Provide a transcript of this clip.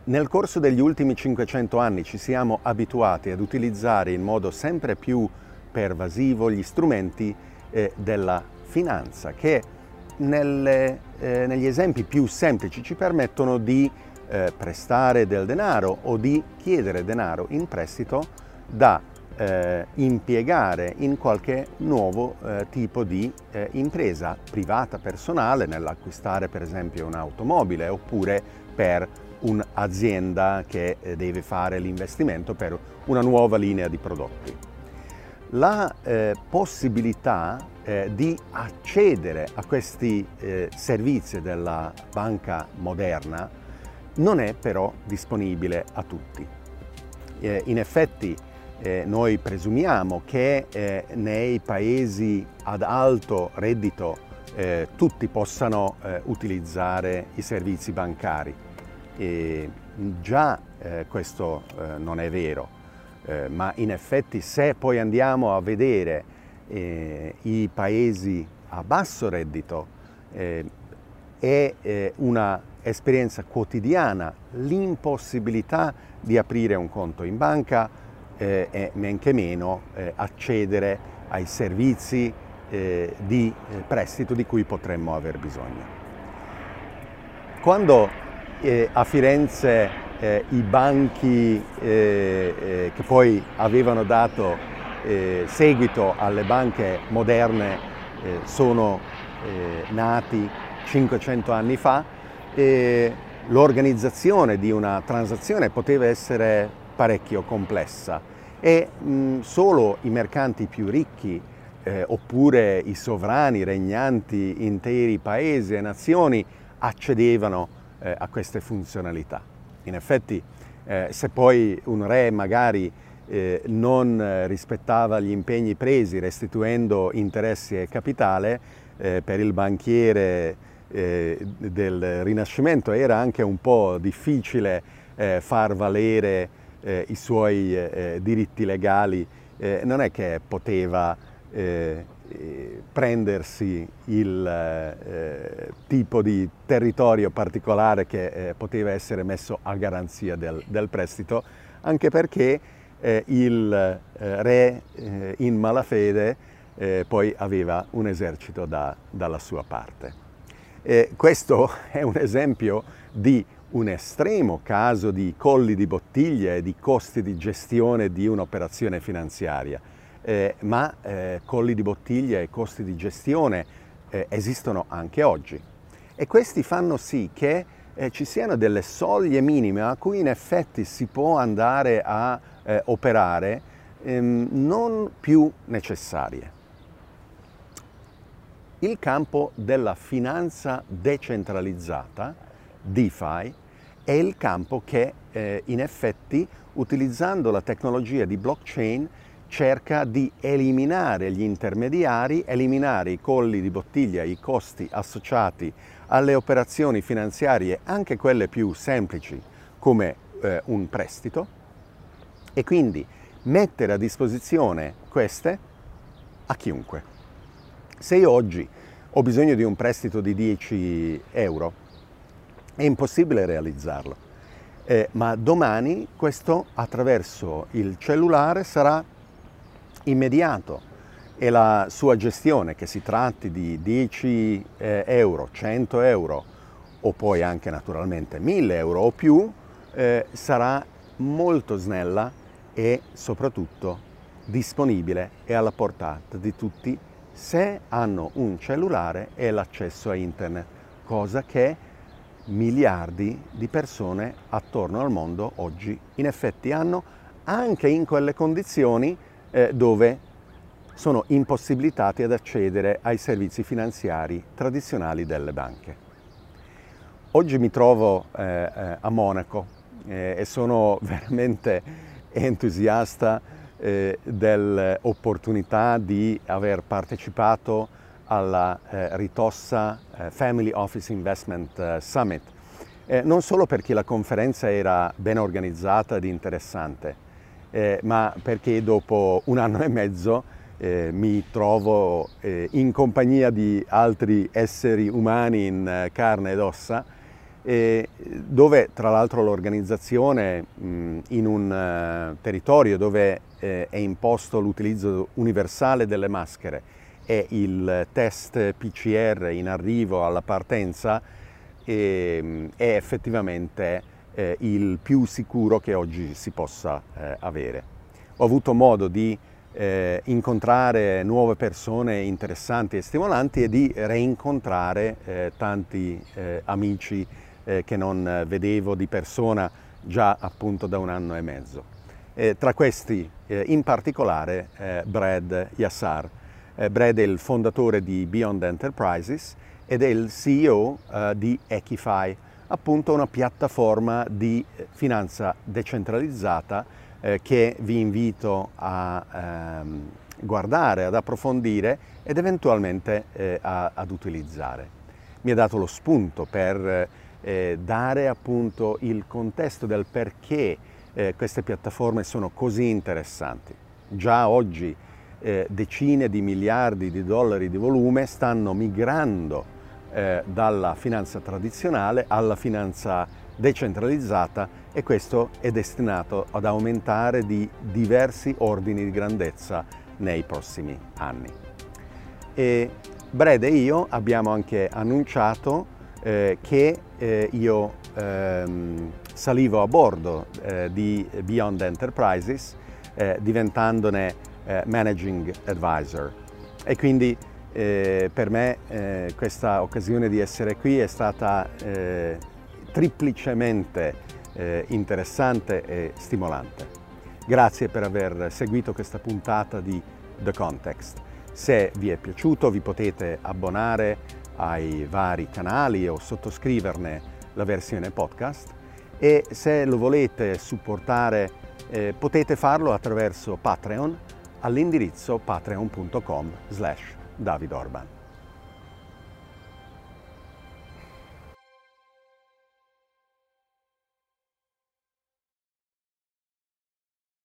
Nel corso degli ultimi 500 anni ci siamo abituati ad utilizzare in modo sempre più pervasivo gli strumenti della finanza che negli esempi più semplici ci permettono di prestare del denaro o di chiedere denaro in prestito da impiegare in qualche nuovo tipo di impresa privata, personale, nell'acquistare per esempio un'automobile oppure per un'azienda che deve fare l'investimento per una nuova linea di prodotti. La possibilità di accedere a questi servizi della banca moderna non è però disponibile a tutti. In effetti noi presumiamo che nei paesi ad alto reddito tutti possano utilizzare i servizi bancari. Già questo non è vero, ma in effetti se poi andiamo a vedere i paesi a basso reddito è una esperienza quotidiana l'impossibilità di aprire un conto in banca e men che meno accedere ai servizi di prestito di cui potremmo aver bisogno. Quando a Firenze i banchi che poi avevano dato seguito alle banche moderne sono nati 500 anni fa, l'organizzazione di una transazione poteva essere parecchio complessa e solo i mercanti più ricchi oppure i sovrani regnanti interi paesi e nazioni accedevano a queste funzionalità. In effetti se poi un re magari non rispettava gli impegni presi restituendo interessi e capitale, per il banchiere del Rinascimento era anche un po' difficile far valere i suoi diritti legali, non è che poteva prendersi il tipo di territorio particolare che poteva essere messo a garanzia del prestito, anche perché il re in malafede poi aveva un esercito dalla sua parte. Questo è un esempio di un estremo caso di colli di bottiglia e di costi di gestione di un'operazione finanziaria. Ma colli di bottiglia e costi di gestione esistono anche oggi e questi fanno sì che ci siano delle soglie minime a cui in effetti si può andare a operare non più necessarie. Il campo della finanza decentralizzata, DeFi, è il campo che in effetti, utilizzando la tecnologia di blockchain, cerca di eliminare gli intermediari, eliminare i colli di bottiglia, i costi associati alle operazioni finanziarie, anche quelle più semplici come un prestito, e quindi mettere a disposizione queste a chiunque. Se io oggi ho bisogno di un prestito di 10 euro, è impossibile realizzarlo, ma domani questo attraverso il cellulare sarà immediato e la sua gestione, che si tratti di 10 euro, 100 euro o poi anche naturalmente 1000 euro o più, sarà molto snella e soprattutto disponibile e alla portata di tutti se hanno un cellulare e l'accesso a internet, cosa che miliardi di persone attorno al mondo oggi in effetti hanno, anche in quelle condizioni dove sono impossibilitati ad accedere ai servizi finanziari tradizionali delle banche. Oggi mi trovo a Monaco e sono veramente entusiasta dell'opportunità di aver partecipato alla Ritossa Family Office Investment Summit, non solo perché la conferenza era ben organizzata ed interessante, ma perché dopo un anno e mezzo mi trovo in compagnia di altri esseri umani in carne ed ossa dove tra l'altro l'organizzazione in un territorio dove è imposto l'utilizzo universale delle maschere e il test PCR in arrivo alla partenza è effettivamente il più sicuro che oggi si possa avere. Ho avuto modo di incontrare nuove persone interessanti e stimolanti e di reincontrare tanti amici che non vedevo di persona già appunto da 1 anno e mezzo. Tra questi in particolare Brad Yassar. Brad è il fondatore di Beyond Enterprises ed è il CEO di Equify, appunto una piattaforma di finanza decentralizzata che vi invito a guardare, ad approfondire ed eventualmente ad utilizzare. Mi ha dato lo spunto per dare appunto il contesto del perché queste piattaforme sono così interessanti. Già oggi decine di miliardi di dollari di volume stanno migrando dalla finanza tradizionale alla finanza decentralizzata e questo è destinato ad aumentare di diversi ordini di grandezza nei prossimi anni. E Brad e io abbiamo anche annunciato che io salivo a bordo di Beyond Enterprises diventandone Managing Advisor e quindi per me questa occasione di essere qui è stata triplicemente interessante e stimolante. Grazie per aver seguito questa puntata di The Context. Se vi è piaciuto vi potete abbonare ai vari canali o sottoscriverne la versione podcast e se lo volete supportare potete farlo attraverso Patreon all'indirizzo patreon.com/David Orban.